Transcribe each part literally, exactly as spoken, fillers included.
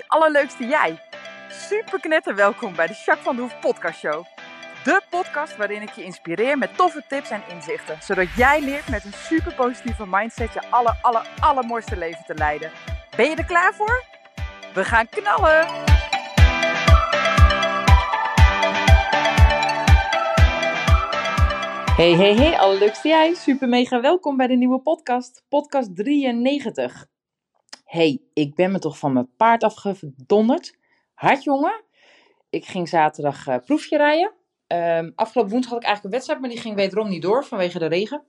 allerleukste jij. Super knetter welkom bij de Jacques van de Hoef podcast show. De podcast waarin ik je inspireer met toffe tips en inzichten. Zodat jij leert met een super positieve mindset je aller, aller, allermooiste leven te leiden. Ben je er klaar voor? We gaan knallen! Hey, hey, hey, allerleukste jij. Super mega welkom bij de nieuwe podcast. Podcast drieënnegentig. Hey, ik ben me toch van mijn paard afgedonderd. Hard, jongen. Ik ging zaterdag uh, proefje rijden. Um, afgelopen woensdag had ik eigenlijk een wedstrijd, maar die ging wederom niet door vanwege de regen.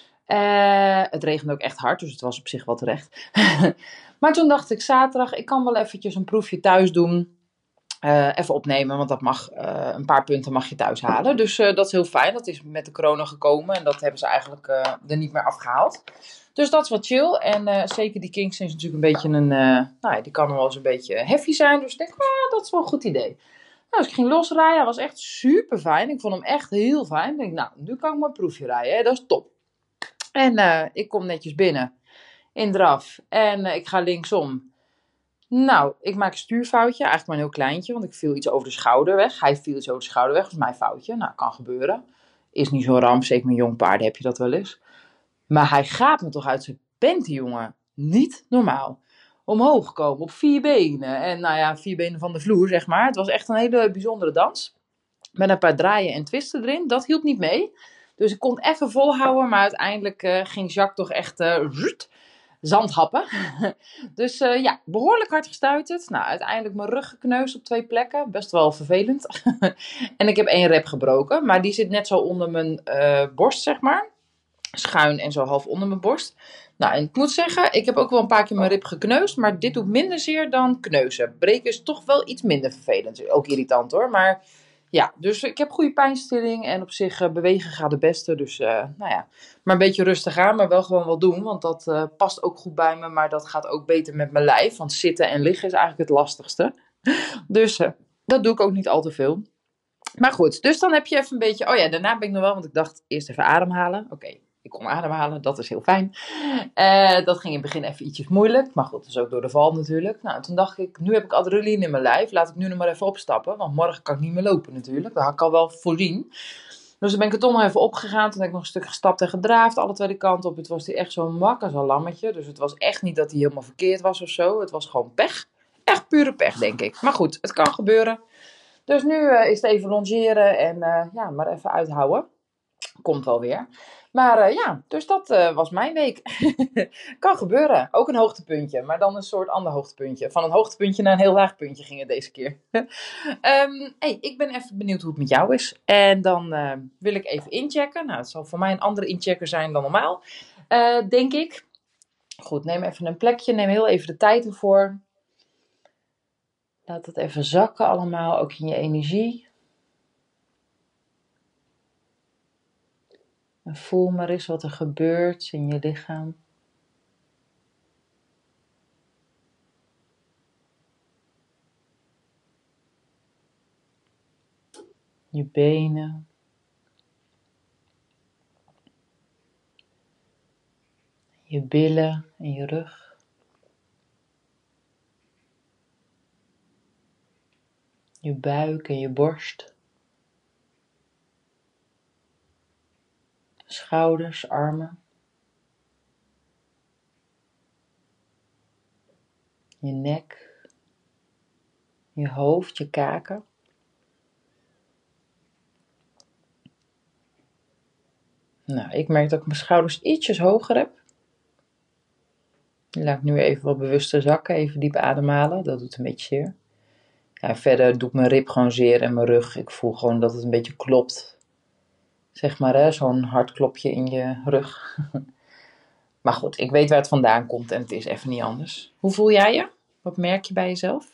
Uh, het regende ook echt hard, dus het was op zich wel terecht. Maar toen dacht ik zaterdag, ik kan wel eventjes een proefje thuis doen. Uh, even opnemen, want dat mag, uh, een paar punten mag je thuis halen. Dus uh, dat is heel fijn. Dat is met de corona gekomen en dat hebben ze eigenlijk uh, er niet meer afgehaald. Dus dat is wat chill. En uh, zeker die Kingston is natuurlijk een beetje een, uh, nou ja, die kan wel eens een beetje heavy zijn. Dus ik denk, ah, dat is wel een goed idee. Nou, dus ik ging losrijden. Hij was echt super fijn. Ik vond hem echt heel fijn. Ik denk, nou, nu kan ik maar een proefje rijden. Hè? Dat is top. En uh, ik kom netjes binnen in draf. En uh, ik ga linksom. Nou, ik maak een stuurfoutje. Eigenlijk maar een heel kleintje, want ik viel iets over de schouder weg. Hij viel iets over de schouder weg. Dat is mijn foutje. Nou, kan gebeuren. Is niet zo'n ramp. Zeker met jong paarden heb je dat wel eens. Maar hij gaat me toch uit zijn panty, jongen. Niet normaal. Omhoog komen op vier benen. En nou ja, vier benen van de vloer, zeg maar. Het was echt een hele bijzondere dans. Met een paar draaien en twisten erin. Dat hielp niet mee. Dus ik kon het even volhouden. Maar uiteindelijk uh, ging Jacques toch echt uh, zut, zand happen. Dus uh, ja, behoorlijk hard gestuiterd. Nou, uiteindelijk mijn rug gekneusd op twee plekken. Best wel vervelend. En ik heb één rep gebroken. Maar die zit net zo onder mijn uh, borst, zeg maar. Schuin en zo half onder mijn borst. Nou, en ik moet zeggen, ik heb ook wel een paar keer mijn rib gekneusd. Maar dit doet minder zeer dan kneuzen. Breken is toch wel iets minder vervelend. Ook irritant hoor. Maar ja, dus ik heb goede pijnstilling. En op zich uh, bewegen gaat het beste. Dus uh, nou ja, maar een beetje rustig aan. Maar wel gewoon wat doen. Want dat uh, past ook goed bij me. Maar dat gaat ook beter met mijn lijf. Want zitten en liggen is eigenlijk het lastigste. Dus uh, dat doe ik ook niet al te veel. Maar goed, dus dan heb je even een beetje... Oh ja, daarna ben ik nog wel... Want ik dacht eerst even ademhalen. Oké. Okay. Ik kon ademhalen, dat is heel fijn. Uh, dat ging in het begin even ietsjes moeilijk. Maar goed, dat is ook door de val natuurlijk. Nou, toen dacht ik, nu heb ik adrenaline in mijn lijf. Laat ik nu nog maar even opstappen. Want morgen kan ik niet meer lopen natuurlijk. Dat had ik al wel voorzien. Dus dan ben ik er toch nog even opgegaan. Toen heb ik nog een stuk gestapt en gedraafd. Alle twee de kanten op. Het was echt zo'n mak als een lammetje. Dus het was echt niet dat hij helemaal verkeerd was of zo. Het was gewoon pech. Echt pure pech, denk ik. Maar goed, het kan gebeuren. Dus nu uh, is het even longeren en uh, ja, maar even uithouden. Komt wel weer. Maar uh, ja, dus dat uh, was mijn week. Kan gebeuren. Ook een hoogtepuntje, maar dan een soort ander hoogtepuntje. Van een hoogtepuntje naar een heel laag puntje ging het deze keer. um, hey, ik ben even benieuwd hoe het met jou is. En dan uh, wil ik even inchecken. Nou, het zal voor mij een andere inchecker zijn dan normaal. Uh, denk ik. Goed, neem even een plekje. Neem heel even de tijd ervoor. Laat het even zakken allemaal, ook in je energie. En voel maar eens wat er gebeurt in je lichaam. Je benen. Je billen en je rug. Je buik en je borst. Schouders, armen. Je nek. Je hoofd, je kaken. Nou, ik merk dat ik mijn schouders ietsjes hoger heb. Laat ik nu even wat bewuster zakken. Even diep ademhalen. Dat doet een beetje zeer. Ja, verder doet mijn rib gewoon zeer en mijn rug. Ik voel gewoon dat het een beetje klopt. Zeg maar, hè, zo'n hartklopje in je rug. Maar goed, ik weet waar het vandaan komt en het is even niet anders. Hoe voel jij je? Wat merk je bij jezelf?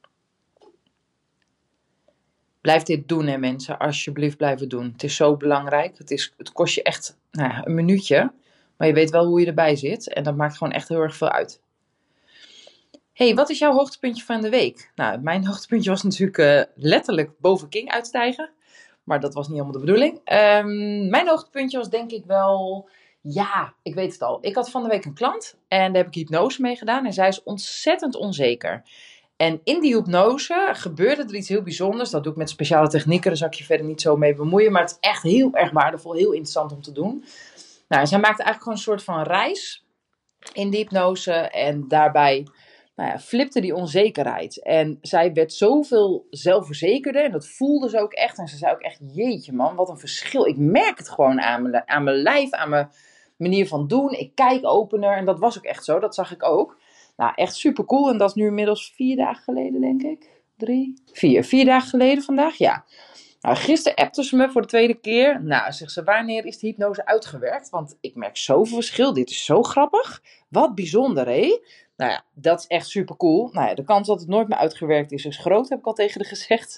Blijf dit doen, hè mensen. Alsjeblieft blijven doen. Het is zo belangrijk. Het, is, het kost je echt nou ja, een minuutje. Maar je weet wel hoe je erbij zit. En dat maakt gewoon echt heel erg veel uit. Hey, wat is jouw hoogtepuntje van de week? Nou, mijn hoogtepuntje was natuurlijk uh, letterlijk boven King uitstijgen. Maar dat was niet helemaal de bedoeling. Um, mijn hoogtepuntje was denk ik wel... Ja, ik weet het al. Ik had van de week een klant. En daar heb ik hypnose mee gedaan. En zij is ontzettend onzeker. En in die hypnose gebeurde er iets heel bijzonders. Dat doe ik met speciale technieken, daar zal ik je verder niet zo mee bemoeien. Maar het is echt heel erg waardevol, heel interessant om te doen. Nou, zij maakte eigenlijk gewoon een soort van reis in die hypnose. En daarbij nou ja, flipte die onzekerheid. En zij werd zoveel zelfverzekerder. En dat voelde ze ook echt. En ze zei ook echt, jeetje man, wat een verschil. Ik merk het gewoon aan mijn, aan mijn lijf, aan mijn manier van doen. Ik kijk opener. En dat was ook echt zo, dat zag ik ook. Nou, echt super cool. En dat is nu inmiddels vier dagen geleden, denk ik. Drie, vier. Vier dagen geleden vandaag, ja. Nou, gisteren appte ze me voor de tweede keer. Nou, zegt ze, wanneer is de hypnose uitgewerkt? Want ik merk zoveel verschil. Dit is zo grappig. Wat bijzonder, hé? Nou ja, dat is echt super cool. Nou ja, de kans dat het nooit meer uitgewerkt is, is groot, heb ik al tegen haar gezegd.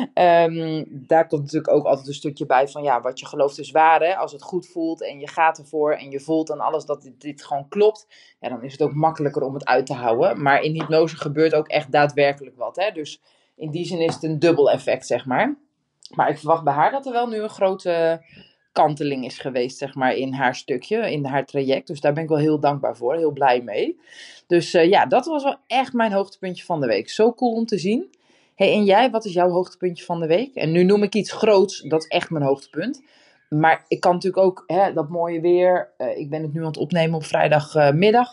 Um, daar komt natuurlijk ook altijd een stukje bij van, ja, wat je gelooft is waar, hè? Als het goed voelt en je gaat ervoor en je voelt aan alles dat dit, dit gewoon klopt, ja, dan is het ook makkelijker om het uit te houden. Maar in hypnose gebeurt ook echt daadwerkelijk wat, hè? Dus in die zin is het een dubbel effect, zeg maar. Maar ik verwacht bij haar dat er wel nu een grote kanteling is geweest, zeg maar, in haar stukje, in haar traject. Dus daar ben ik wel heel dankbaar voor, heel blij mee. Dus uh, ja, dat was wel echt mijn hoogtepuntje van de week. Zo cool om te zien. Hey, en jij, wat is jouw hoogtepuntje van de week? En nu noem ik iets groots, dat is echt mijn hoogtepunt. Maar ik kan natuurlijk ook, hè, dat mooie weer. Uh, ik ben het nu aan het opnemen op vrijdagmiddag.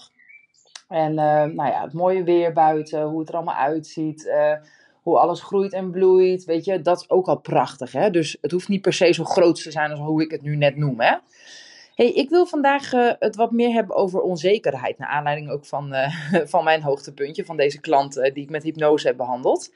Uh, en uh, nou ja, het mooie weer buiten, hoe het er allemaal uitziet. Uh, hoe alles groeit en bloeit, weet je, dat is ook al prachtig, hè. Dus het hoeft niet per se zo groot te zijn als hoe ik het nu net noem, hè. Hey, ik wil vandaag uh, het wat meer hebben over onzekerheid, naar aanleiding ook van, uh, van mijn hoogtepuntje, van deze klant uh, die ik met hypnose heb behandeld.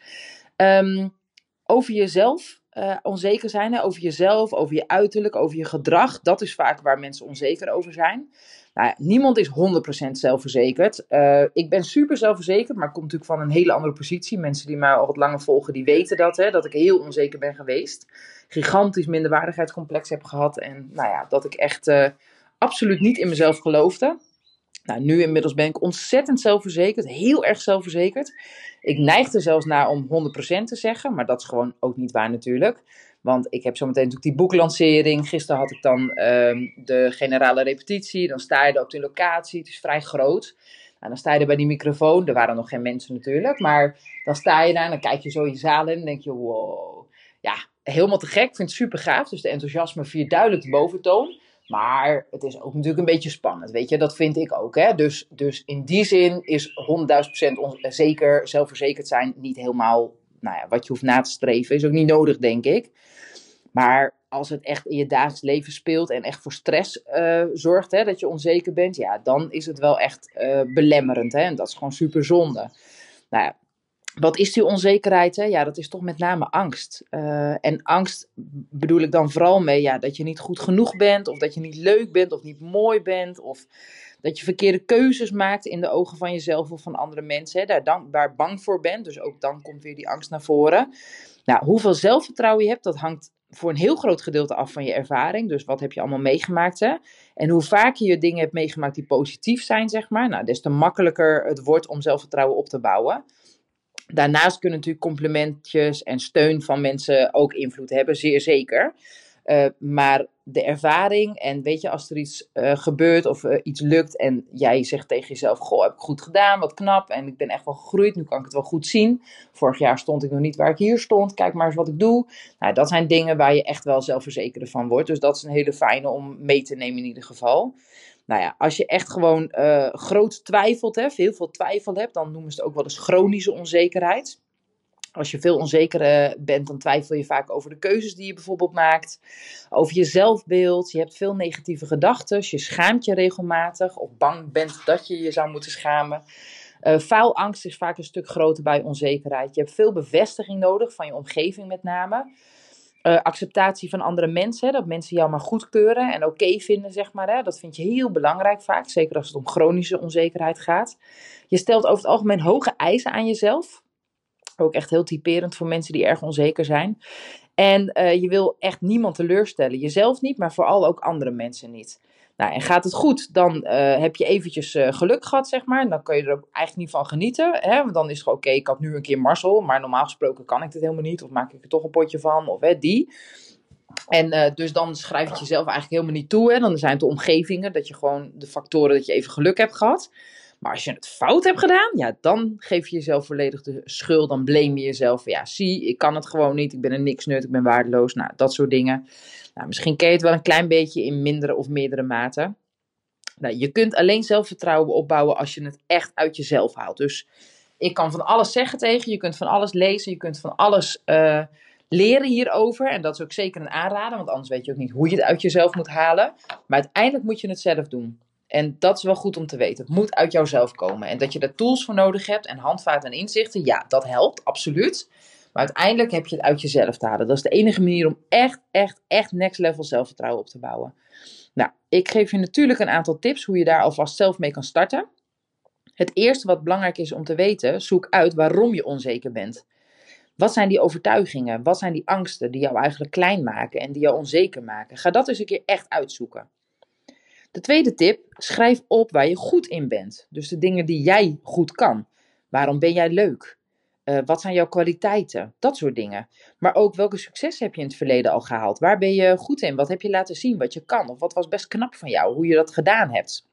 Um, over jezelf uh, onzeker zijn, hè? Over jezelf, over je uiterlijk, over je gedrag, dat is vaak waar mensen onzeker over zijn. Nou ja, niemand is honderd procent zelfverzekerd. Uh, ik ben super zelfverzekerd, maar ik kom natuurlijk van een hele andere positie. Mensen die mij al wat langer volgen, die weten dat, hè, dat ik heel onzeker ben geweest. Gigantisch minderwaardigheidscomplex heb gehad. En nou ja, dat ik echt uh, absoluut niet in mezelf geloofde. Nou, nu inmiddels ben ik ontzettend zelfverzekerd, heel erg zelfverzekerd. Ik neig er zelfs naar om honderd procent te zeggen, maar dat is gewoon ook niet waar natuurlijk. Want ik heb zometeen natuurlijk die boeklancering. Gisteren had ik dan uh, de generale repetitie. Dan sta je er op de locatie. Het is vrij groot. Nou, dan sta je er bij die microfoon. Er waren nog geen mensen natuurlijk. Maar dan sta je daar en dan kijk je zo je zaal in. En denk je, wow. Ja, helemaal te gek. Ik vind het super gaaf. Dus de enthousiasme viert duidelijk de boventoon. Maar het is ook natuurlijk een beetje spannend. Weet je, dat vind ik ook. Hè? Dus, dus in die zin is honderdduizend procent zeker, zelfverzekerd zijn niet helemaal, nou ja, wat je hoeft na te streven. Is ook niet nodig, denk ik. Maar als het echt in je dagelijks leven speelt en echt voor stress uh, zorgt, hè, dat je onzeker bent, ja, dan is het wel echt uh, belemmerend. Hè? En dat is gewoon super zonde. Nou ja, wat is die onzekerheid? Hè? Ja, dat is toch met name angst. Uh, en angst bedoel ik dan vooral mee, ja, dat je niet goed genoeg bent, of dat je niet leuk bent, of niet mooi bent, of dat je verkeerde keuzes maakt in de ogen van jezelf of van andere mensen. Hè? Daar dan, waar bang voor bent, dus ook dan komt weer die angst naar voren. Nou, hoeveel zelfvertrouwen je hebt, dat hangt voor een heel groot gedeelte af van je ervaring. Dus wat heb je allemaal meegemaakt, hè? En hoe vaak je dingen hebt meegemaakt die positief zijn, zeg maar, nou, des te makkelijker het wordt om zelfvertrouwen op te bouwen. Daarnaast kunnen natuurlijk complimentjes en steun van mensen ook invloed hebben, zeer zeker. Uh, maar de ervaring en weet je, als er iets uh, gebeurt of uh, iets lukt en jij zegt tegen jezelf, goh, heb ik goed gedaan, wat knap en ik ben echt wel gegroeid, nu kan ik het wel goed zien. Vorig jaar stond ik nog niet waar ik hier stond, kijk maar eens wat ik doe. Nou, dat zijn dingen waar je echt wel zelfverzekerder van wordt, dus dat is een hele fijne om mee te nemen in ieder geval. Nou ja, als je echt gewoon uh, groot twijfelt, hè, heel veel twijfel hebt, dan noemen ze het ook wel eens chronische onzekerheid. Als je veel onzeker bent, dan twijfel je vaak over de keuzes die je bijvoorbeeld maakt. Over je zelfbeeld. Je hebt veel negatieve gedachten. Je schaamt je regelmatig. Of bang bent dat je je zou moeten schamen. Uh, faalangst is vaak een stuk groter bij onzekerheid. Je hebt veel bevestiging nodig van je omgeving met name. Uh, acceptatie van andere mensen. Hè, dat mensen jou maar goedkeuren en oké vinden, zeg maar. Hè. Dat vind je heel belangrijk vaak. Zeker als het om chronische onzekerheid gaat. Je stelt over het algemeen hoge eisen aan jezelf. Ook echt heel typerend voor mensen die erg onzeker zijn. En uh, je wil echt niemand teleurstellen. Jezelf niet, maar vooral ook andere mensen niet. Nou, en gaat het goed, dan uh, heb je eventjes uh, geluk gehad, zeg maar. Dan kun je er ook eigenlijk niet van genieten. Hè? Want dan is het gewoon, oké, okay, ik had nu een keer mazzel. Maar normaal gesproken kan ik dit helemaal niet. Of maak ik er toch een potje van. Of hè, die. En uh, dus dan schrijf je het jezelf eigenlijk helemaal niet toe. Hè? Dan zijn het de omgevingen. Dat je gewoon de factoren dat je even geluk hebt gehad. Maar als je het fout hebt gedaan, ja, dan geef je jezelf volledig de schuld. Dan blame je jezelf. Ja, zie, ik kan het gewoon niet. Ik ben een niksnut, ik ben waardeloos. Nou, dat soort dingen. Nou, misschien ken je het wel een klein beetje in mindere of meerdere mate. Nou, je kunt alleen zelfvertrouwen opbouwen als je het echt uit jezelf haalt. Dus ik kan van alles zeggen tegen je. Je kunt van alles lezen. Je kunt van alles uh, leren hierover. En dat is ook zeker een aanrader. Want anders weet je ook niet hoe je het uit jezelf moet halen. Maar uiteindelijk moet je het zelf doen. En dat is wel goed om te weten. Het moet uit jouzelf komen. En dat je daar tools voor nodig hebt. En handvaten en inzichten. Ja, dat helpt. Absoluut. Maar uiteindelijk heb je het uit jezelf te halen. Dat is de enige manier om echt, echt, echt next level zelfvertrouwen op te bouwen. Nou, ik geef je natuurlijk een aantal tips hoe je daar alvast zelf mee kan starten. Het eerste wat belangrijk is om te weten, zoek uit waarom je onzeker bent. Wat zijn die overtuigingen? Wat zijn die angsten die jou eigenlijk klein maken en die jou onzeker maken? Ga dat eens een keer echt uitzoeken. De tweede tip, schrijf op waar je goed in bent. Dus de dingen die jij goed kan. Waarom ben jij leuk? Uh, wat zijn jouw kwaliteiten? Dat soort dingen. Maar ook welke succes heb je in het verleden al gehaald? Waar ben je goed in? Wat heb je laten zien wat je kan? Of wat was best knap van jou? Hoe je dat gedaan hebt?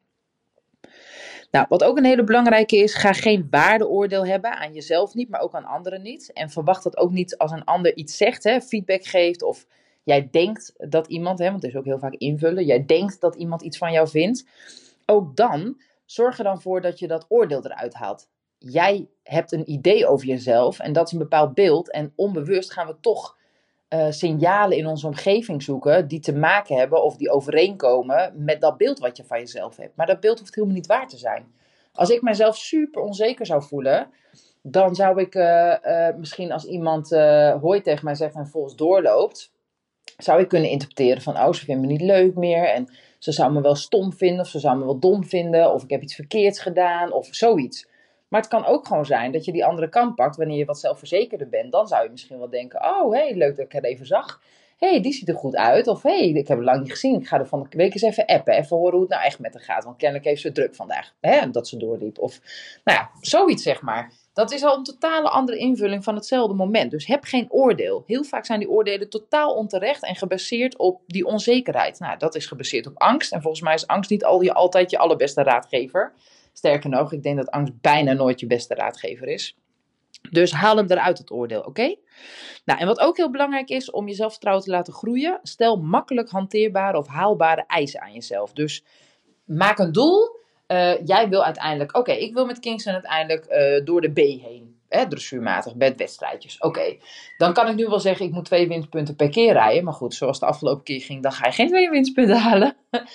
Nou, wat ook een hele belangrijke is, ga geen waardeoordeel hebben aan jezelf niet, maar ook aan anderen niet. En verwacht dat ook niet als een ander iets zegt, hè, feedback geeft of jij denkt dat iemand, hè, want het is ook heel vaak invullen, jij denkt dat iemand iets van jou vindt. Ook dan, zorg er dan voor dat je dat oordeel eruit haalt. Jij hebt een idee over jezelf en dat is een bepaald beeld en onbewust gaan we toch uh, signalen in onze omgeving zoeken die te maken hebben of die overeenkomen met dat beeld wat je van jezelf hebt. Maar dat beeld hoeft helemaal niet waar te zijn. Als ik mezelf super onzeker zou voelen, dan zou ik uh, uh, misschien als iemand uh, hoi tegen mij zegt en volgens doorloopt, zou ik kunnen interpreteren van, oh, ze vindt me niet leuk meer en ze zou me wel stom vinden of ze zou me wel dom vinden of ik heb iets verkeerds gedaan of zoiets. Maar het kan ook gewoon zijn dat je die andere kant pakt wanneer je wat zelfverzekerder bent. Dan zou je misschien wel denken, oh, hé, hey, leuk dat ik haar even zag. Hé, hey, die ziet er goed uit. Of hé, hey, ik heb haar lang niet gezien. Ik ga er van de week eens even appen. Even horen hoe het nou echt met haar gaat. Want kennelijk heeft ze druk vandaag. Hè, dat ze doorliep. Of, nou ja, zoiets zeg maar. Dat is al een totale andere invulling van hetzelfde moment. Dus heb geen oordeel. Heel vaak zijn die oordelen totaal onterecht en gebaseerd op die onzekerheid. Nou, dat is gebaseerd op angst. En volgens mij is angst niet al je, altijd je allerbeste raadgever. Sterker nog, ik denk dat angst bijna nooit je beste raadgever is. Dus haal hem eruit, het oordeel, oké? Okay? Nou, en wat ook heel belangrijk is om je zelfvertrouwen te laten groeien, stel makkelijk hanteerbare of haalbare eisen aan jezelf. Dus maak een doel. Uh, jij wil uiteindelijk, oké, okay, ik wil met Kingston uiteindelijk uh, door de B heen. Hè, dressuurmatig, met wedstrijdjes. Oké, okay. Dan kan ik nu wel zeggen, ik moet twee winstpunten per keer rijden. Maar goed, zoals de afgelopen keer ging, dan ga je geen twee winstpunten halen.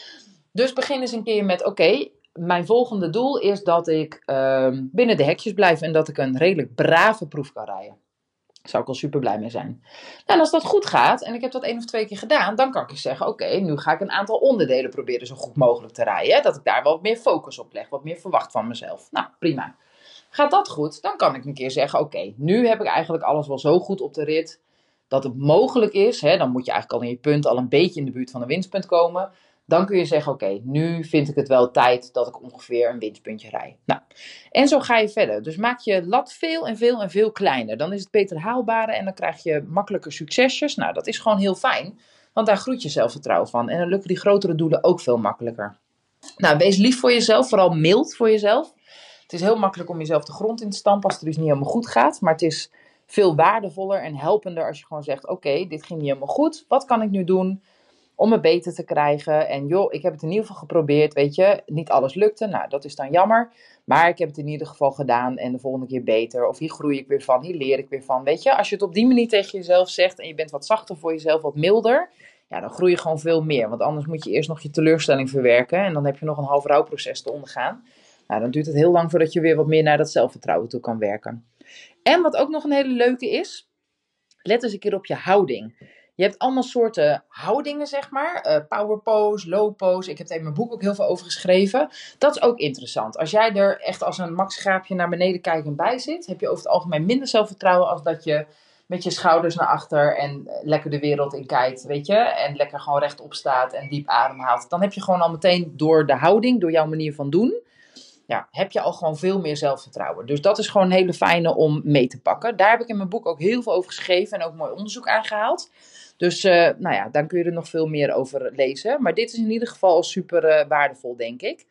Dus begin eens een keer met, oké, okay, mijn volgende doel is dat ik uh, binnen de hekjes blijf en dat ik een redelijk brave proef kan rijden. Daar zou ik al super blij mee zijn. En als dat goed gaat, en ik heb dat één of twee keer gedaan, dan kan ik zeggen, oké, okay, nu ga ik een aantal onderdelen proberen zo goed mogelijk te rijden. Hè? Dat ik daar wat meer focus op leg, wat meer verwacht van mezelf. Nou, prima. Gaat dat goed, dan kan ik een keer zeggen, oké, okay, nu heb ik eigenlijk alles wel zo goed op de rit dat het mogelijk is. Hè? Dan moet je eigenlijk al in je punt al een beetje in de buurt van een winstpunt komen. Dan kun je zeggen, oké, okay, nu vind ik het wel tijd dat ik ongeveer een winstpuntje rijd. Nou, en zo ga je verder. Dus maak je lat veel en veel en veel kleiner. Dan is het beter haalbaar en dan krijg je makkelijker succesjes. Nou, dat is gewoon heel fijn, want daar groeit je zelfvertrouwen van. En dan lukken die grotere doelen ook veel makkelijker. Nou, wees lief voor jezelf, vooral mild voor jezelf. Het is heel makkelijk om jezelf de grond in te stampen als het dus niet helemaal goed gaat. Maar het is veel waardevoller en helpender als je gewoon zegt, oké, okay, dit ging niet helemaal goed. Wat kan ik nu doen om het beter te krijgen? En joh, ik heb het in ieder geval geprobeerd, weet je. Niet alles lukte, nou dat is dan jammer. Maar ik heb het in ieder geval gedaan en de volgende keer beter. Of hier groei ik weer van, hier leer ik weer van. Weet je, als je het op die manier tegen jezelf zegt en je bent wat zachter voor jezelf, wat milder, ja, dan groei je gewoon veel meer. Want anders moet je eerst nog je teleurstelling verwerken en dan heb je nog een half rouwproces te ondergaan. Nou, dan duurt het heel lang voordat je weer wat meer naar dat zelfvertrouwen toe kan werken. En wat ook nog een hele leuke is, let eens een keer op je houding. Je hebt allemaal soorten houdingen, zeg maar. Uh, power pose, low pose. Ik heb er in mijn boek ook heel veel over geschreven. Dat is ook interessant. Als jij er echt als een Max Schaapje naar beneden kijkend bij zit, heb je over het algemeen minder zelfvertrouwen als dat je met je schouders naar achter en lekker de wereld in kijkt, weet je. En lekker gewoon rechtop staat en diep ademhaalt. Dan heb je gewoon al meteen door de houding, door jouw manier van doen, ja, heb je al gewoon veel meer zelfvertrouwen. Dus dat is gewoon een hele fijne om mee te pakken. Daar heb ik in mijn boek ook heel veel over geschreven en ook mooi onderzoek aangehaald. Dus uh, nou ja, dan kun je er nog veel meer over lezen. Maar dit is in ieder geval super uh, waardevol, denk ik.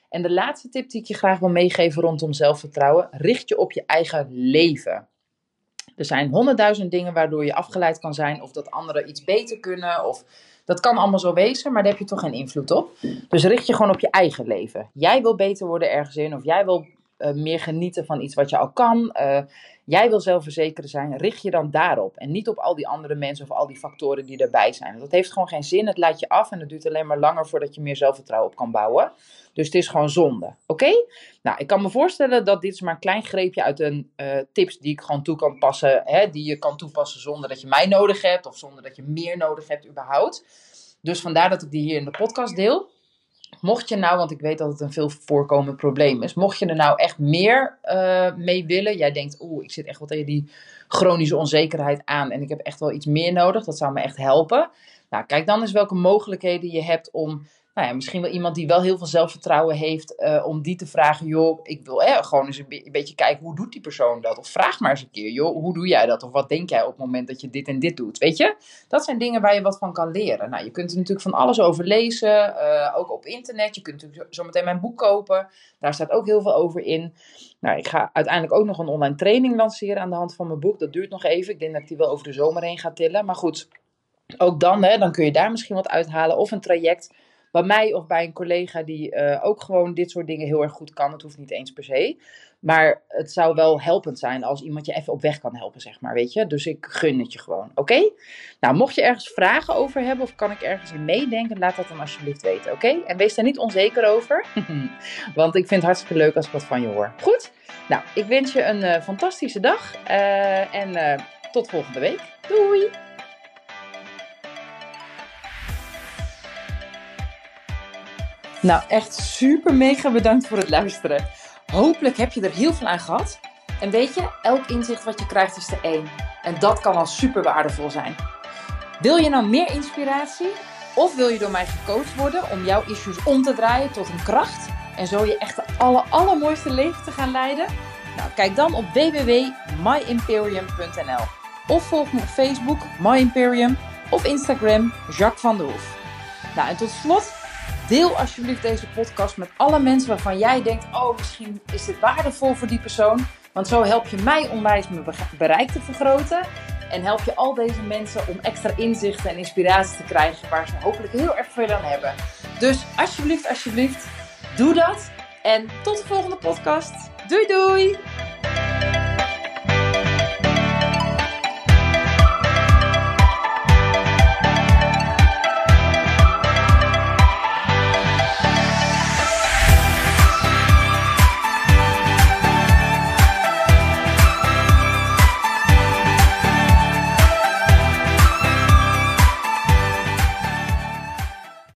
En de laatste tip die ik je graag wil meegeven rondom zelfvertrouwen. Richt je op je eigen leven. Er zijn honderdduizend dingen waardoor je afgeleid kan zijn. Of dat anderen iets beter kunnen. Of dat kan allemaal zo wezen, maar daar heb je toch geen invloed op. Dus richt je gewoon op je eigen leven. Jij wil beter worden ergens in. Of jij wil uh, meer genieten van iets wat je al kan. Uh, jij wil zelfverzekerd zijn. Richt je dan daarop. En niet op al die andere mensen of al die factoren die erbij zijn. Want dat heeft gewoon geen zin. Het leidt je af en het duurt alleen maar langer voordat je meer zelfvertrouwen op kan bouwen. Dus het is gewoon zonde. Oké? Okay? Nou, ik kan me voorstellen dat dit is maar een klein greepje uit een uh, tips die ik gewoon toe kan passen. Hè, die je kan toepassen zonder dat je mij nodig hebt. Of zonder dat je meer nodig hebt überhaupt. Dus vandaar dat ik die hier in de podcast deel. Mocht je nou, want ik weet dat het een veel voorkomend probleem is. Mocht je er nou echt meer uh, mee willen. Jij denkt, oeh, ik zit echt wel tegen die chronische onzekerheid aan. En ik heb echt wel iets meer nodig. Dat zou me echt helpen. Nou, kijk dan eens welke mogelijkheden je hebt om... Nou ja, misschien wel iemand die wel heel veel zelfvertrouwen heeft. Uh, om die te vragen, joh, ik wil eh, gewoon eens een, be- een beetje kijken. Hoe doet die persoon dat? Of vraag maar eens een keer, joh, hoe doe jij dat? Of wat denk jij op het moment dat je dit en dit doet? Weet je? Dat zijn dingen waar je wat van kan leren. Nou, je kunt er natuurlijk van alles over lezen. Uh, ook op internet. Je kunt natuurlijk zometeen mijn boek kopen. Daar staat ook heel veel over in. Nou, ik ga uiteindelijk ook nog een online training lanceren aan de hand van mijn boek. Dat duurt nog even. Ik denk dat ik die wel over de zomer heen ga tillen. Maar goed, ook dan, hè, dan kun je daar misschien wat uithalen. Of een traject bij mij of bij een collega die uh, ook gewoon dit soort dingen heel erg goed kan. Het hoeft niet eens per se. Maar het zou wel helpend zijn als iemand je even op weg kan helpen, zeg maar, weet je. Dus ik gun het je gewoon, oké? Okay? Nou, mocht je ergens vragen over hebben of kan ik ergens in meedenken, laat dat dan alsjeblieft weten, oké? Okay? En wees daar niet onzeker over, want ik vind het hartstikke leuk als ik wat van je hoor. Goed? Nou, ik wens je een uh, fantastische dag uh, en uh, tot volgende week. Doei! Nou, echt super mega bedankt voor het luisteren. Hopelijk heb je er heel veel aan gehad. En weet je, elk inzicht wat je krijgt is er één. En dat kan al super waardevol zijn. Wil je nou meer inspiratie? Of wil je door mij gecoacht worden om jouw issues om te draaien tot een kracht? En zo je echt de aller, allermooiste leven te gaan leiden? Nou, kijk dan op w w w punt my imperium punt n l. Of volg me op Facebook, MyImperium. Of Instagram, Jacques van der Hoef. Nou, en tot slot... Deel alsjeblieft deze podcast met alle mensen waarvan jij denkt, oh, misschien is dit waardevol voor die persoon. Want zo help je mij onwijs mijn bereik te vergroten. En help je al deze mensen om extra inzichten en inspiratie te krijgen waar ze hopelijk heel erg veel aan hebben. Dus alsjeblieft, alsjeblieft, doe dat. En tot de volgende podcast. Doei doei!